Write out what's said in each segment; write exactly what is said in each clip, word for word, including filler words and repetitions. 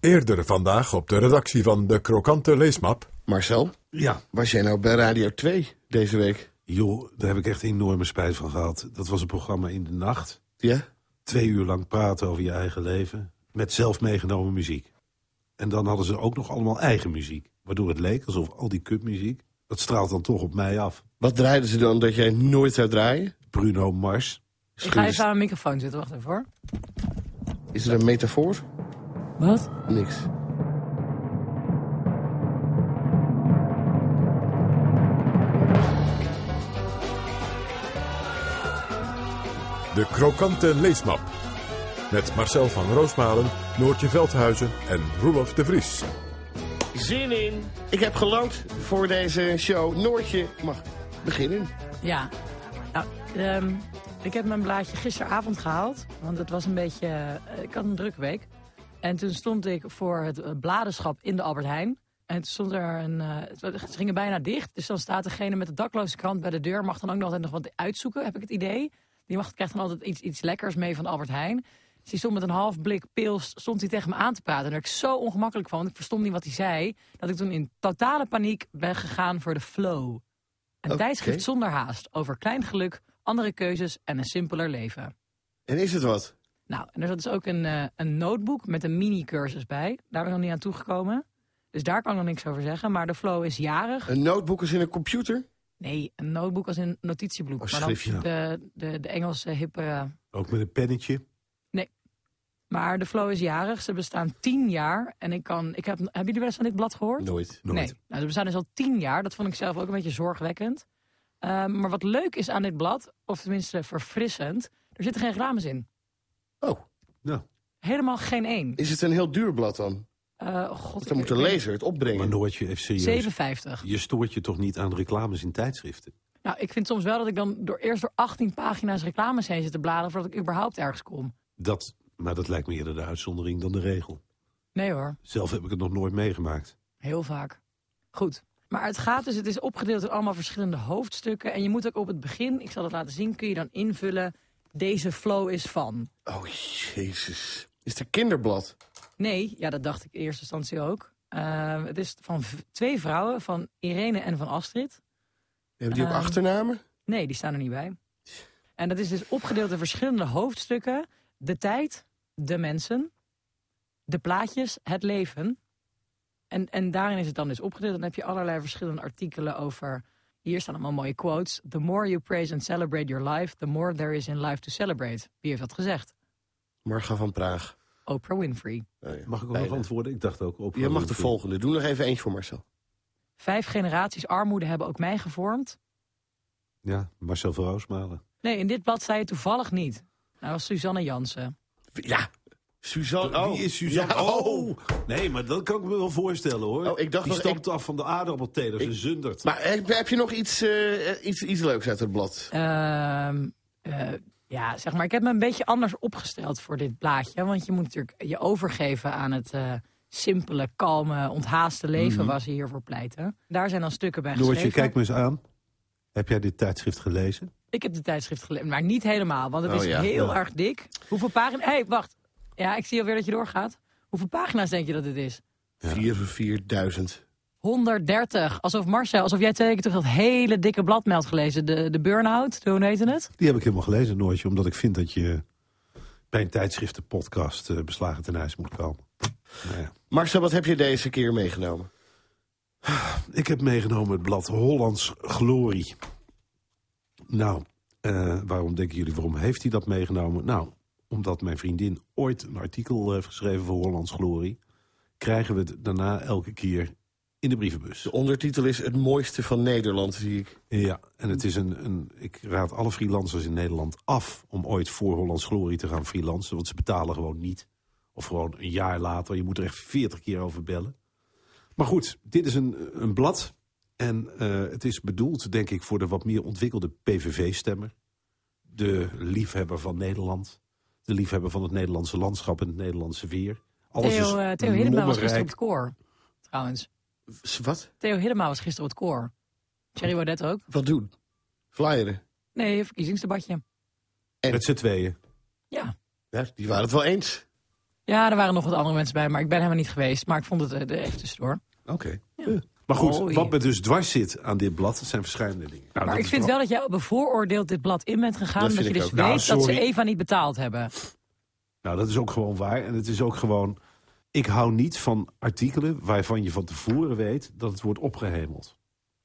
Eerder vandaag op de redactie van de Krokante Leesmap. Marcel, Ja, was jij nou bij Radio twee deze week? joh, daar heb ik echt enorme spijt van gehad. Dat was een programma in de nacht. Ja? Twee uur lang praten over je eigen leven. Met zelf meegenomen muziek. En dan hadden ze ook nog allemaal eigen muziek. Waardoor het leek alsof al die cupmuziek, dat straalt dan toch op mij af. Wat draaiden ze dan dat jij nooit zou draaien? Bruno Mars. Ik ga even aan mijn microfoon zitten, wacht even hoor. Is er een metafoor? Wat? Niks. De Krokante Leesmap. Met Marcel van Roosmalen, Noortje Veldhuizen en Roelof de Vries. Zin in. Ik heb gelood voor deze show. Noortje mag beginnen. Ja. Nou, um, ik heb mijn blaadje gisteravond gehaald. Want het was een beetje... Uh, ik had een drukke week. En toen stond ik voor het uh, bladenschap in de Albert Heijn. En toen stond er een... Uh, ze gingen bijna dicht. Dus dan staat degene met de dakloze krant bij de deur. Mag dan ook nog altijd nog wat uitzoeken, heb ik het idee. Die mag, krijgt dan altijd iets, iets lekkers mee van de Albert Heijn. Dus die stond met een half blik pils stond hij tegen me aan te praten. En daar werd ik zo ongemakkelijk van, want ik verstond niet wat hij zei. Dat ik toen in totale paniek ben gegaan voor de flow. Een Okay. tijdschrift zonder haast. Over klein geluk, andere keuzes en een simpeler leven. En is het wat? Nou, en er zat dus ook een, uh, een notebook met een mini-cursus bij. Daar ben ik nog niet aan toegekomen. Dus daar kan ik nog niks over zeggen. Maar de flow is jarig. Een notebook is in een computer? Nee, een notebook als een notitieboek. Oh, maar dan schriftje. de, de, de Engelse hippe... Uh, Ook met een pennetje. Maar de flow is jarig. Ze bestaan tien jaar. En ik kan... Ik heb, hebben jullie wel eens van dit blad gehoord? Nooit. Nooit. Nee. Nou, ze bestaan dus al tien jaar. Dat vond ik zelf ook een beetje zorgwekkend. Um, maar wat leuk is aan dit blad, of tenminste verfrissend, er zitten geen reclames in. Oh, Nou, Helemaal geen één. is het een heel duur blad dan? Uh, God, Want dan moet de lezer het opbrengen. maar Noortje, even serieus. zeven vijftig. Je stoort je toch niet aan reclames in tijdschriften? Nou, ik vind soms wel dat ik dan door eerst door achttien pagina's reclames heen zit te bladeren voordat ik überhaupt ergens kom. Dat, maar dat lijkt me eerder de uitzondering dan de regel. Nee hoor, Zelf heb ik het nog nooit meegemaakt. heel vaak. Goed. Maar het gaat dus, het is opgedeeld in allemaal verschillende hoofdstukken. En je moet ook op het begin, ik zal het laten zien, kun je dan invullen, deze flow is van. Oh, jezus. Is het een kinderblad? Nee, ja, dat dacht ik in eerste instantie ook. Uh, het is van v- twee vrouwen, van Irene en van Astrid. Hebben die ook Ehm, achternamen? Nee, die staan er niet bij. En dat is dus opgedeeld in verschillende hoofdstukken. De tijd, de mensen, de plaatjes, het leven. En, en daarin is het dan dus opgedeeld. Dan heb je allerlei verschillende artikelen over... Hier staan allemaal mooie quotes. The more you praise and celebrate your life, the more there is in life to celebrate. Wie heeft dat gezegd? Marga van Praag. Oprah Winfrey. Oh ja, Mag ik ook bijna. nog antwoorden? Ik dacht ook op. Je mag de volgende. Doe nog even eentje voor Marcel. Vijf generaties armoede hebben ook mij gevormd. Ja, Marcel van Roosmalen. Nee, in dit blad zei je toevallig niet. Nou, dat was Suzanne Jansen. Ja, Suzanne. Oh. Wie is Suzanne? Ja, oh. Nee, maar dat kan ik me wel voorstellen hoor. Oh, ik dacht Die nog- stapt af van de aardappeltelers en zundert. Maar heb, heb je nog iets, uh, iets, iets leuks uit het blad? Ehm uh, ja, zeg maar, ik heb me een beetje anders opgesteld voor dit blaadje. Want je moet natuurlijk je overgeven aan het uh, simpele, kalme, onthaaste leven Mm-hmm. waar ze hiervoor pleiten. Daar zijn dan stukken bij geschreven. Noortje, kijk me eens aan. Heb jij dit tijdschrift gelezen? Ik heb de tijdschrift gelezen, maar niet helemaal, want het Oh, is ja. heel Ja. erg dik. Hoeveel pagina's... Hé, hey, wacht. Ja, ik zie alweer dat je doorgaat. Hoeveel pagina's denk je dat het is? Ja. Vier voor vierduizend. honderddertig. Alsof Marcel, alsof jij twee weken terug dat hele dikke blad mee had gelezen. De, de Burn-out, hoe heette het? Die heb ik helemaal gelezen, Noortje. Omdat ik vind dat je bij een tijdschriftenpodcast uh, beslagen ten ijs moet komen. Nou ja. Marcel, wat heb je deze keer meegenomen? Ik heb meegenomen het blad Hollands Glorie. Nou, uh, waarom denken jullie, waarom heeft hij dat meegenomen? Nou, omdat mijn vriendin ooit een artikel heeft geschreven voor Hollands Glorie. Krijgen we het daarna elke keer in de brievenbus. De ondertitel is Het mooiste van Nederland, zie ik. Ja, en het is een, een... Ik raad alle freelancers in Nederland af om ooit voor Hollands Glorie te gaan freelancen. Want ze betalen gewoon niet. Of gewoon een jaar later. Je moet er echt veertig keer over bellen. Maar goed, dit is een, een blad. En uh, het is bedoeld, denk ik, voor de wat meer ontwikkelde P V V-stemmer. De liefhebber van Nederland. De liefhebber van het Nederlandse landschap en het Nederlandse weer. Alles Theo, uh, is Theo Hiddema was gisteren op lommerrijk. het koor, trouwens. S- Wat? Theo Hiddema was gisteren op het koor. Thierry Baudet ook. Wat doen? Flyeren? Nee, een verkiezingsdebatje. En- Met z'n tweeën. Ja. Ja, die waren het wel eens. Ja, er waren nog wat andere mensen bij, maar ik ben helemaal niet geweest. Maar ik vond het uh, er even tussendoor. Oké. Okay. Ja. Maar goed, Mooi. Wat me dus dwars zit aan dit blad, dat zijn verschillende dingen. Nou, maar ik vind wel dat jij bevooroordeeld dit blad in bent gegaan. Dat, dat je dus ook. weet nou, dat ze Eva niet betaald hebben. Nou, dat is ook gewoon waar. En het is ook gewoon... Ik hou niet van artikelen waarvan je van tevoren weet dat het wordt opgehemeld.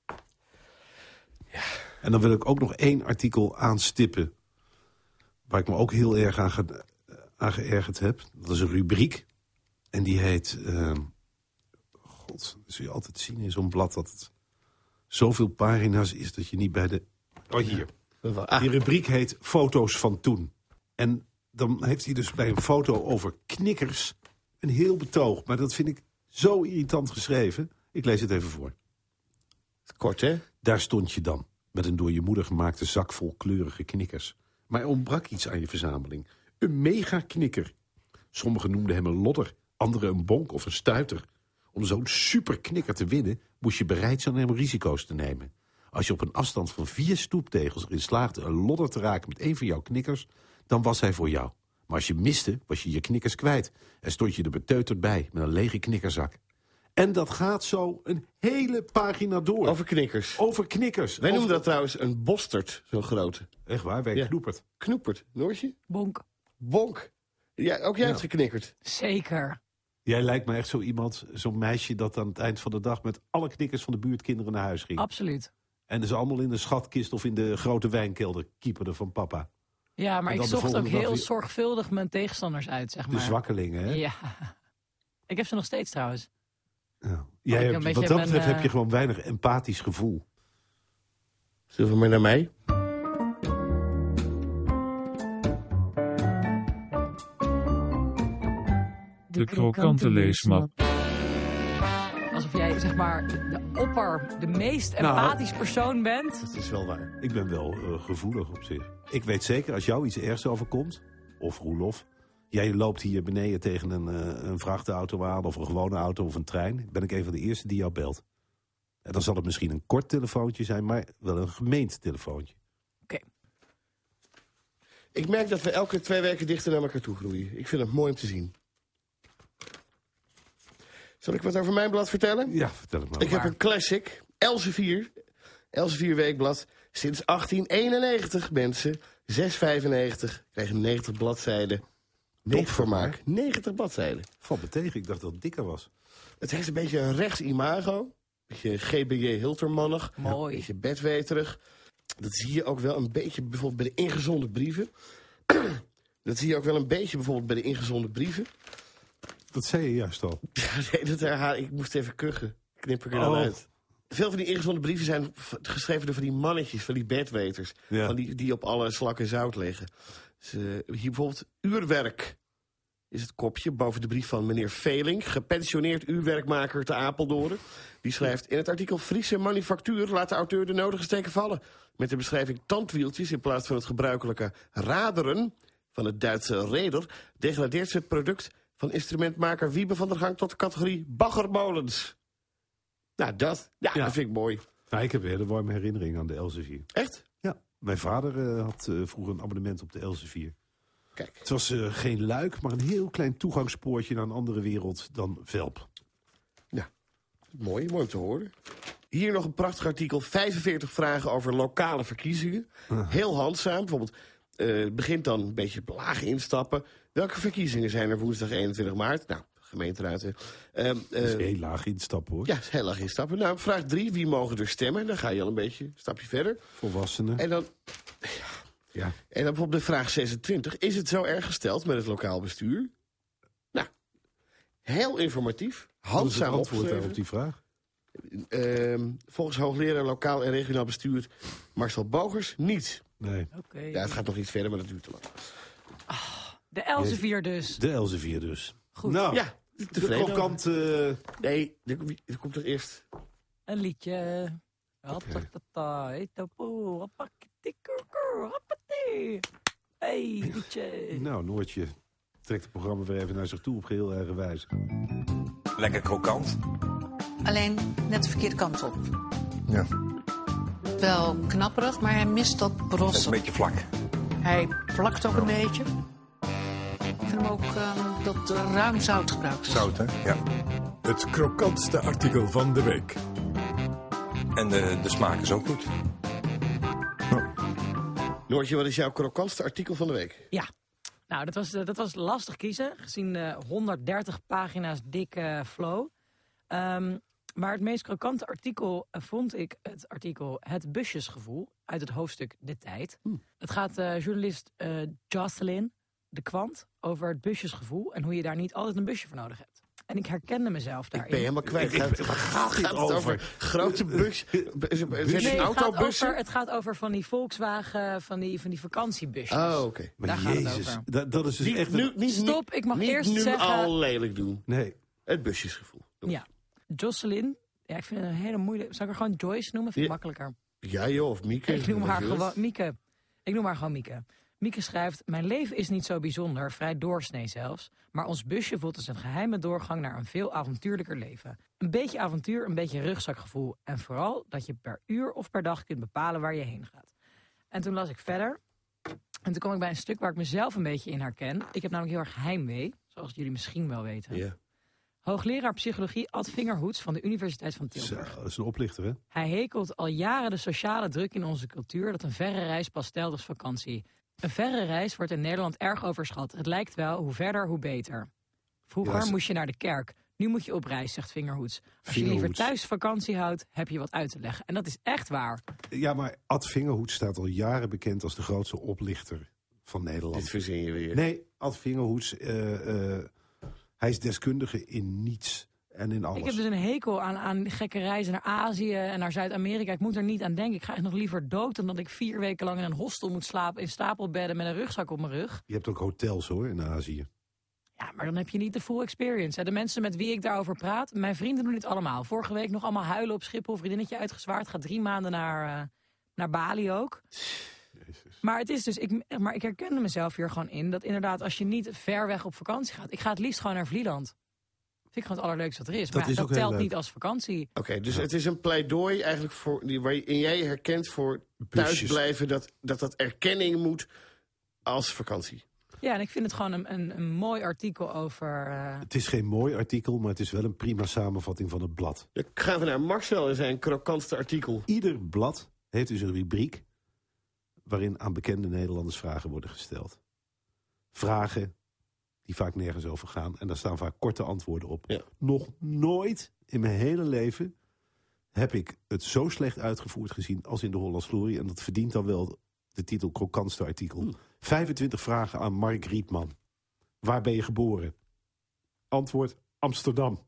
Ja. En dan wil ik ook nog één artikel aanstippen waar ik me ook heel erg aan, ge, aan geërgerd heb. Dat is een rubriek. En die heet... Uh, God, dat zul je altijd zien in zo'n blad dat het zoveel pagina's is dat je niet bij de... Oh, hier. Die rubriek heet Foto's van toen. En dan heeft hij dus bij een foto over knikkers een heel betoog. Maar dat vind ik zo irritant geschreven. Ik lees het even voor. Kort, hè? Daar stond je dan, met een door je moeder gemaakte zak vol kleurige knikkers. Maar er ontbrak iets aan je verzameling. Een mega-knikker. Sommigen noemden hem een lodder, anderen een bonk of een stuiter. Om zo'n superknikker te winnen moest je bereid zijn om risico's te nemen. Als je op een afstand van vier stoeptegels erin slaagde een lodder te raken met een van jouw knikkers, dan was hij voor jou. Maar als je miste, was je je knikkers kwijt. En stond je er beteuterd bij met een lege knikkerzak. En dat gaat zo een hele pagina door. Over knikkers. Over knikkers. Wij Over... noemen dat trouwens een bosterd, zo'n grote. Echt waar? Wij ja. knoepert. Knoepert. Noortje? Bonk. Bonk. Ja, ook jij ja. hebt geknikkerd. Zeker. Jij lijkt me echt zo iemand, zo'n meisje dat aan het eind van de dag met alle knikkers van de buurtkinderen naar huis ging. Absoluut. En dus allemaal in de schatkist of in de grote wijnkelder kieperde van papa. Ja, maar ik zocht ook heel weer... zorgvuldig mijn tegenstanders uit, zeg maar. De zwakkelingen, hè? Ja. Ik heb ze nog steeds trouwens. Ja. Jij hebt, wat dat betreft uh... heb je gewoon weinig empathisch gevoel. Zullen we maar naar mij? De krokante leesmap. Alsof jij, zeg maar, de opper, de meest nou, empathisch persoon bent. Dat is wel waar. Ik ben wel uh, gevoelig op zich. Ik weet zeker, als jou iets ergs overkomt, of Roelof, jij loopt hier beneden tegen een, uh, een vrachtauto aan, of een gewone auto of een trein, ben ik een van de eerste die jou belt. En dan zal het misschien een kort telefoontje zijn, maar wel een gemeend telefoontje. Oké. Okay. Ik merk dat we elke twee weken dichter naar elkaar toe groeien. Ik vind het mooi om te zien. Zal ik wat over mijn blad vertellen? Ja, vertel het maar. Ik heb een classic, Elsevier. Elsevier Weekblad. Sinds achttien eenennegentig, mensen. zes vijfennegentig. Kregen negentig bladzijden. Topvermaak. negentig bladzijden. Valt me tegen, ik dacht dat het dikker was. Het heeft een beetje een rechts imago. Een beetje G B J Hiltermannig. Mooi. Een beetje bedweterig. Dat zie je ook wel een beetje bijvoorbeeld bij de ingezonden brieven. Dat zie je ook wel een beetje bijvoorbeeld bij de ingezonden brieven. Dat zei je juist al. Ja, nee, dat herhaal ik. moest even kuchen. Knip ik er dan oh. uit. Veel van die ingezonden brieven zijn geschreven door van die mannetjes, van die bedweters. Ja. Van die, die op alle slak en zout liggen. Dus, uh, hier bijvoorbeeld uurwerk is het kopje boven de brief van meneer Veling. Gepensioneerd uurwerkmaker te Apeldoorn. Die schrijft in het artikel Friese manufactuur laat de auteur de nodige steken vallen. Met de beschrijving tandwieltjes in plaats van het gebruikelijke raderen van het Duitse reder degradeert ze het product van instrumentmaker Wiebe van der Gang tot de categorie baggermolens. Nou, dat. Ja, ja. dat vind ik mooi. Nou, ik heb een hele warme herinnering aan de Elsevier. Echt? Ja. Mijn vader uh, had uh, vroeger een abonnement op de Elsevier. Kijk. Het was uh, geen luik, maar een heel klein toegangspoortje naar een andere wereld dan Velp. Ja, mooi. Mooi om te horen. Hier nog een prachtig artikel. vijfenveertig vragen over lokale verkiezingen. Uh. Heel handzaam. Bijvoorbeeld, uh, het begint dan een beetje laag instappen. Welke verkiezingen zijn er woensdag eenentwintig maart? Nou, gemeenteraad. Uh, uh, dat is heel laag instappen, hoor. Ja, heel laag instappen. Nou, vraag drie. Wie mogen er stemmen? Dan ga je al een beetje een stapje verder. Volwassenen. En dan... Ja. Ja. En dan bijvoorbeeld de vraag zesentwintig. Is het zo erg gesteld met het lokaal bestuur? Nou, heel informatief. Handzaam opgeschreven. Op die vraag? Uh, volgens hoogleraar lokaal en regionaal bestuur Marcel Bogers niet. Nee. Okay. Ja, het gaat nog iets verder, maar dat duurt te lang. Oh, de Elsevier dus. De Elsevier dus. Goed. Nou, ja, de krokant... Uh... Nee, er, er komt er eerst... Een liedje. Hey, liedje. Nou, Noortje trekt het programma weer even naar zich toe op geheel eigen wijze. Lekker krokant. Alleen net de verkeerde kant op. Ja. Wel knapperig, maar hij mist dat brossen. Dat is een beetje vlak. Hij plakt ook een beetje. vind hem ook uh, dat er ruim zout gebruikt is. Zout, hè? Ja. Het krokantste artikel van de week. En de, de smaak is ook goed. Noortje, wat is jouw krokantste artikel van de week? Ja, nou, dat was, uh, dat was lastig kiezen, gezien de honderddertig pagina's dikke flow. Um, maar het meest krokante artikel uh, vond ik het artikel Het busjesgevoel uit het hoofdstuk De Tijd. Hmm. Het gaat uh, journalist uh, Jocelyn de Kwant over het busjesgevoel en hoe je daar niet altijd een busje voor nodig hebt. En ik herkende mezelf daarin. Ik ben helemaal kwijt. Ik, gaat, ik, gaat, gaat het over? over grote bus? Is Nee, het een autobussen? Over, het gaat over van die Volkswagen, van die, van die vakantiebusjes. Oh, oké. Okay. Maar daar gaat het Jezus, over. dat, dat is dus Niet, echt... nu, een... niet, Stop, ik mag niet eerst nu zeggen... al lelijk doen. Nee. Het busjesgevoel. Ja. Jocelyn, ja, ik vind het een hele moeilijke... Zal ik haar gewoon Joyce noemen? Vind ik Ja. makkelijker. Ja joh, of Mieke. Ik noem haar gewoon Mieke. Ik noem haar gewoon Mieke. Mieke schrijft, mijn leven is niet zo bijzonder, vrij doorsnee zelfs. Maar ons busje voelt als een geheime doorgang naar een veel avontuurlijker leven. Een beetje avontuur, een beetje rugzakgevoel. En vooral dat je per uur of per dag kunt bepalen waar je heen gaat. En toen las ik verder. En toen kwam ik bij een stuk waar ik mezelf een beetje in herken. Ik heb namelijk heel erg heimwee, zoals jullie misschien wel weten. Ja. Hoogleraar psychologie Ad Vingerhoets van de Universiteit van Tilburg. Zo, dat is een oplichter, hè? Hij hekelt al jaren de sociale druk in onze cultuur dat een verre reis pas telt als vakantie. Een verre reis wordt in Nederland erg overschat. Het lijkt wel, hoe verder, hoe beter. Vroeger Ja, ze... moest je naar de kerk. Nu moet je op reis, zegt Vingerhoets. Als je liever thuis vakantie houdt, heb je wat uit te leggen. En dat is echt waar. Ja, maar Ad Vingerhoets staat al jaren bekend als de grootste oplichter van Nederland. Dit verzin je weer. Nee, Ad Vingerhoets, uh, uh, hij is deskundige in niets en in alles. Ik heb dus een hekel aan, aan gekke reizen naar Azië en naar Zuid-Amerika. Ik moet er niet aan denken. Ik ga echt nog liever dood dan dat ik vier weken lang in een hostel moet slapen in stapelbedden met een rugzak op mijn rug. Je hebt ook hotels hoor, in Azië. Ja, maar dan heb je niet de full experience. Hè. De mensen met wie ik daarover praat, mijn vrienden doen dit allemaal. Vorige week nog allemaal huilen op Schiphol, vriendinnetje uitgezwaard. Gaat drie maanden naar, uh, naar Bali ook. Jezus. Maar het is dus, ik, maar ik herkende mezelf hier gewoon in. Dat inderdaad, als je niet ver weg op vakantie gaat. Ik ga het liefst gewoon naar Vlieland. Vind ik gewoon het allerleukste wat er is. Dat, maar is ja, dat telt niet als vakantie. Oké, okay, dus ja. Het is een pleidooi eigenlijk voor die, waarin jij herkent voor thuisblijven dat, dat dat erkenning moet als vakantie. Ja, en ik vind het gewoon een, een, een mooi artikel over... Uh... Het is geen mooi artikel, maar het is wel een prima samenvatting van het blad. Dan gaan we naar Marcel en zijn krokantste artikel. Ieder blad heeft dus een rubriek waarin aan bekende Nederlanders vragen worden gesteld. Vragen die vaak nergens over gaan. En daar staan vaak korte antwoorden op. Ja. Nog nooit in mijn hele leven heb ik het zo slecht uitgevoerd gezien als in de Hollands Glorie. En dat verdient dan wel de titel krokantste artikel. Hmm. vijfentwintig vragen aan Mark Rietman. Waar ben je geboren? Antwoord, Amsterdam.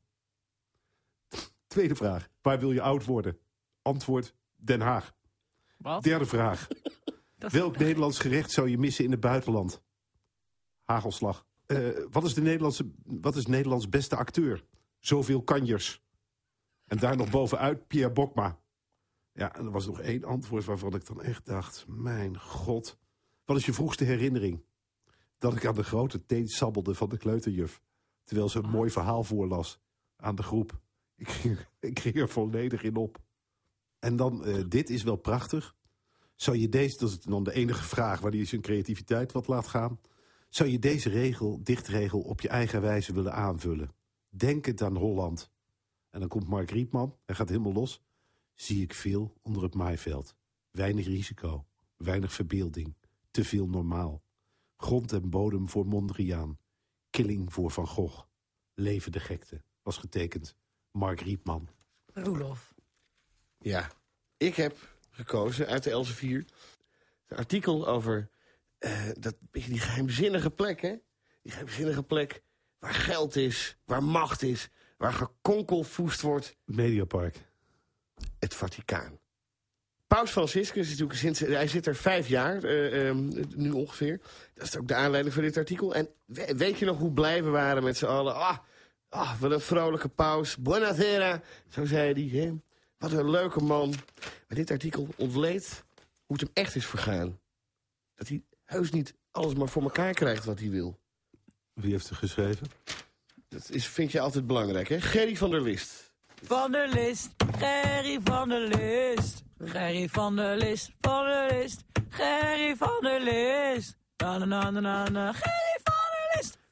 Tweede vraag, waar wil je oud worden? Antwoord, Den Haag. Wat? Derde vraag. Welk Nederlands gerecht zou je missen in het buitenland? Hagelslag. Uh, wat is de Nederlandse, wat is Nederlands beste acteur? Zoveel kanjers. En daar nog bovenuit Pierre Bokma. Ja, en er was nog één antwoord waarvan ik dan echt dacht... Mijn god, wat is je vroegste herinnering? Dat ik aan de grote teen sabbelde van de kleuterjuf. Terwijl ze een mooi verhaal voorlas aan de groep. Ik ging, ik ging er volledig in op. En dan, uh, dit is wel prachtig. Zou je deze, dat is dan de enige vraag waar hij zijn creativiteit wat laat gaan... Zou je deze regel, dichtregel op je eigen wijze willen aanvullen? Denkend aan Holland. En dan komt Mark Rietman, hij gaat helemaal los. Zie ik veel onder het maaiveld. Weinig risico, weinig verbeelding, te veel normaal. Grond en bodem voor Mondriaan. Killing voor Van Gogh. Leven de gekte, was getekend Mark Rietman. Roelof. Ja, ik heb gekozen uit de Elsevier een artikel over... Uh, dat beetje die geheimzinnige plek, hè? Die geheimzinnige plek waar geld is, waar macht is, waar gekonkelvoest wordt. Mediapark. Het Vaticaan. Paus Franciscus is natuurlijk sinds, hij zit er vijf jaar, uh, um, nu ongeveer. Dat is ook de aanleiding voor dit artikel. En weet je nog hoe blij we waren met z'n allen? Ah, ah, wat een vrolijke paus. Buonasera, zo zei hij. Hè? Wat een leuke man. Maar dit artikel ontleedt hoe het hem echt is vergaan. Dat hij heus niet alles maar voor elkaar krijgt wat hij wil. Wie heeft er geschreven? Dat is, vind je altijd belangrijk, hè? Gerry van der List. Van der List, Gerry van der List. Gerry van der List, van der List. Gerry van der List. Na na na na na. Gerry van der List, van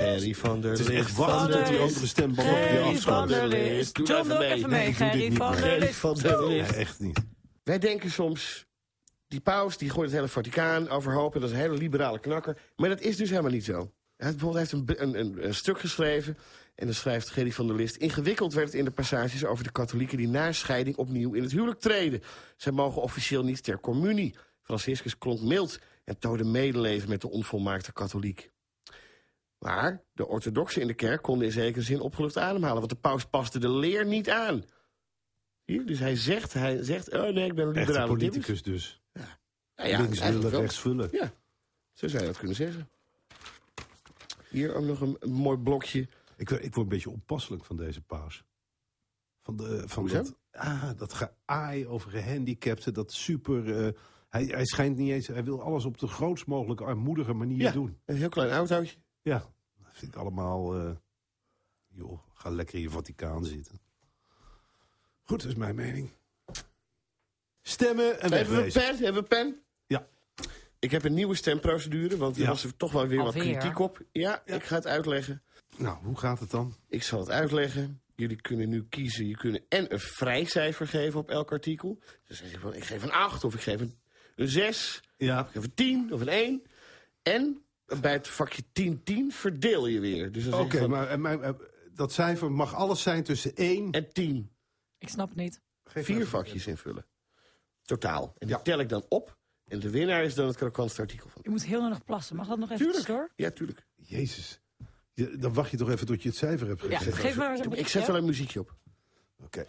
Gerry van der Het is List. echt wachten tot die andere stemband op je Gerry van afschoot. der List. List. Doe John, even doe mee. even Nee, mee. ik doe dit Gerry niet van meer. der Gerry List. van der Nee, List. echt niet. Wij denken soms, die paus die gooit het hele Vaticaan overhoop... en dat is een hele liberale knakker. Maar dat is dus helemaal niet zo. Hij heeft bijvoorbeeld hij heeft een, een, een stuk geschreven... en dan schrijft Gerry van der List... ingewikkeld werd het in de passages over de katholieken... die na scheiding opnieuw in het huwelijk treden. Zij mogen officieel niet ter communie. Franciscus klonk mild en toonde medeleven met de onvolmaakte katholiek. Maar de orthodoxen in de kerk konden in zekere zin opgelucht ademhalen... want de paus paste de leer niet aan. Hier, dus hij zegt, hij zegt, oh nee, ik ben een Echte liberale politicus dus. Nou ja, Links eigenlijk willen, wel. rechts vullen. Ja, zo zou je dat kunnen zeggen. Hier ook nog een, een mooi blokje. Ik, ik word een beetje onpasselijk van deze paus. Van, de, van Hoezo? dat, ah, dat geaai over gehandicapten, dat super... Uh, hij, hij schijnt niet eens... Hij wil alles op de grootst mogelijke armoedige manier Ja, doen. een heel klein autootje. Ja, dat vind ik allemaal... Uh, joh, ga lekker in je Vaticaan zitten. Goed, dat is mijn mening. Stemmen en Hebben we wegwezen. pen? Hebben we pen? Ja. Ik heb een nieuwe stemprocedure, want er Ja. was er toch wel weer Alweer? wat kritiek op. Ja, Ja. ik ga het uitleggen. Nou, hoe gaat het dan? Ik zal het uitleggen. Jullie kunnen nu kiezen. Je kunt en een vrij cijfer geven op elk artikel. Dus zeg je van, ik geef een acht of ik geef een, een zes. Ja. Ik geef een tien of een één. En bij het vakje tien tien verdeel je weer. Dus dan zeg Oké, je van, maar en mijn, eh, dat cijfer mag alles zijn tussen één... en tien. Ik snap het niet. Geef Vier even- vakjes invullen. Totaal. En die Ja. tel ik dan op. En de winnaar is dan het krokantste artikel van. Je moet heel erg plassen. Mag dat nog even Tuurlijk. door? Ja, tuurlijk. Jezus. Je- dan wacht je toch even tot je het cijfer hebt Ja, gezegd. geef maar eens een Ik berichtje. zet wel een muziekje op. Oké.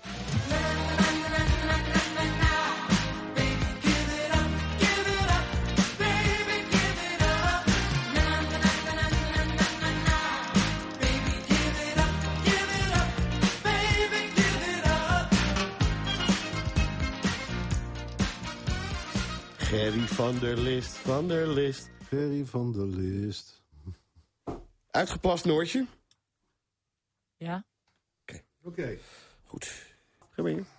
Gerry van der List, van der List. Gerry van der List. Uitgeplast Noortje. Ja? Oké. Goed. Ga maar hier.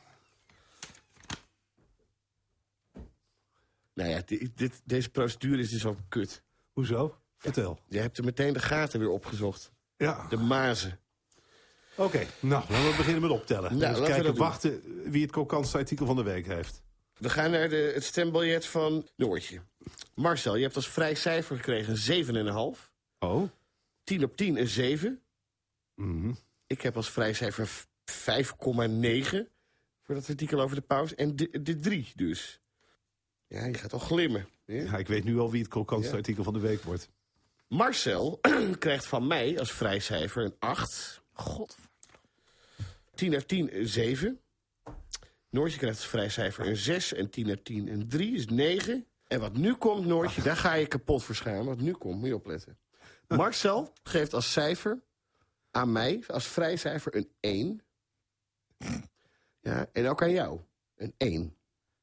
Nou ja, dit, dit, deze procedure is dus ook kut. Hoezo? Vertel. Je hebt er meteen de gaten weer opgezocht. Ja. De mazen. Oké, nou, laten we beginnen met optellen. Nou, Dus laten we kijken, dat doen. wachten wie het krokantste artikel van de week heeft. We gaan naar de, het stembiljet van Noortje. Marcel, je hebt als vrij cijfer gekregen een zeven komma vijf. Oh? tien op tien een zeven. Mhm. Ik heb als vrij cijfer vijf komma negen voor dat artikel over de paus. En de, de drie dus. Ja, je gaat al glimmen. hè? Ja, ik weet nu al wie het krokantste Ja. artikel van de week wordt. Marcel krijgt van mij als vrij cijfer een acht. God. tien naar tien een zeven. Noortje krijgt als vrij cijfer een zes. En tien naar tien een drie is negen. En wat nu komt, Noortje, daar ga je kapot voor schamen. Wat nu komt, moet je opletten. Marcel geeft als cijfer aan mij, als vrij cijfer, een één. Ja, en ook aan jou. Een één.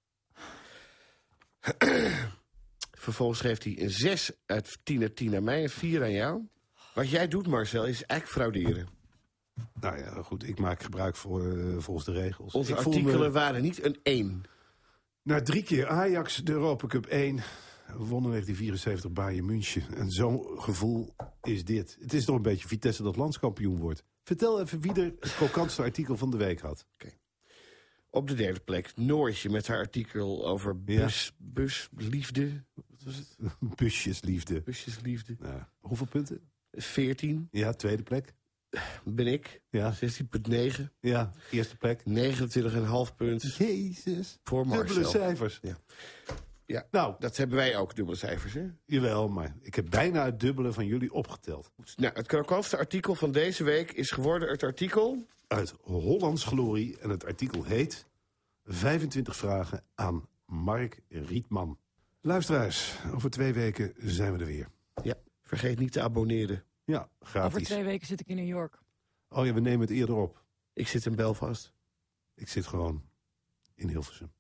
Vervolgens geeft hij een zes uit tien naar tien aan mij en vier aan jou. Wat jij doet, Marcel, is eigenlijk frauderen. Nou ja, goed, ik maak gebruik voor, eh, volgens de regels. Onze ik voel artikelen me, waren niet een één. na drie keer Ajax de Europa Cup één... wonnen negentien vierenzeventig Bayern München. En zo'n gevoel is dit. Het is toch een beetje Vitesse dat landskampioen wordt. Vertel even wie er het krokantste artikel van de week had. Op de derde plek Noortje met haar artikel over Ja. bus, busliefde. Wat was het? Busjesliefde. Busjesliefde. Nou, hoeveel punten? veertien Ja, tweede plek. ben ik. Ja, zestien komma negen. ja eerste plek. negenentwintig komma vijf punt Jezus. voor Dubbele Marcel. cijfers. Ja. Ja, Nou, dat hebben wij ook, dubbele cijfers. Hè? jawel, maar ik heb bijna het dubbele van jullie opgeteld. Nou, het krokantste artikel van deze week is geworden het artikel... Uit Hollands Glorie. En het artikel heet... vijfentwintig vragen aan Mark Rietman. Luisteraars, over twee weken zijn we er weer. Ja, vergeet niet te abonneren. Ja, Over gratis. twee weken zit ik in New York. Oh ja, we nemen het eerder op. Ik zit in Belfast. Ik zit gewoon in Hilversum.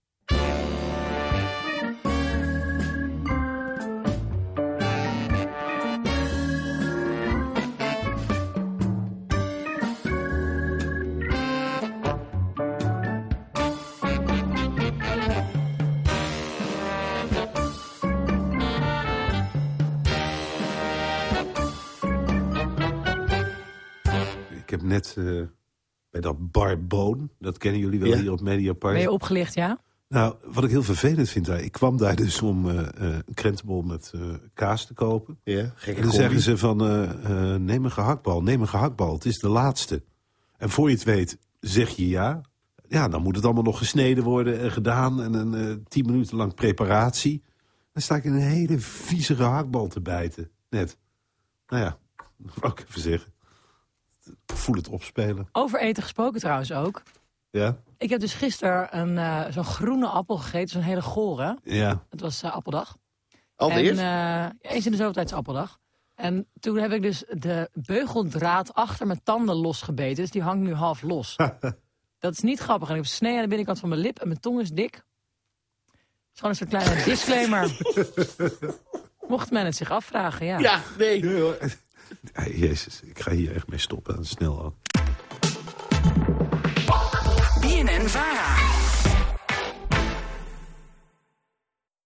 heb net uh, bij dat Barboon, dat kennen jullie wel ja. hier op Mediapark. Ben je opgelicht, ja? Nou, wat ik heel vervelend vind, daar, ik kwam daar dus om uh, uh, een krentenbol met uh, kaas te kopen. Ja, en dan combi. zeggen ze van, uh, uh, neem een gehaktbal, neem een gehaktbal, het is de laatste. En voor je het weet, zeg je ja. Ja, dan moet het allemaal nog gesneden worden en gedaan en een uh, tien minuten lang preparatie. Dan sta ik in een hele vieze gehaktbal te bijten, net. Nou ja, dat wou ik even zeggen. Ik voel het opspelen. Over eten gesproken trouwens ook. Ja? Ik heb dus gisteren een uh, zo'n groene appel gegeten, zo'n hele gore. Ja. Het was uh, appeldag. Alweer? En uh, eens in de zoveel tijd is appeldag. En toen heb ik dus de beugeldraad achter mijn tanden losgebeten. Dus die hangt nu half los. Dat is niet grappig. En ik heb snee aan de binnenkant van mijn lip en mijn tong is dik. Het is gewoon een soort kleine disclaimer. Mocht men het zich afvragen, ja. Ja, nee. Ja, Jezus, ik ga hier echt mee stoppen. Snel ook. B N N Vara.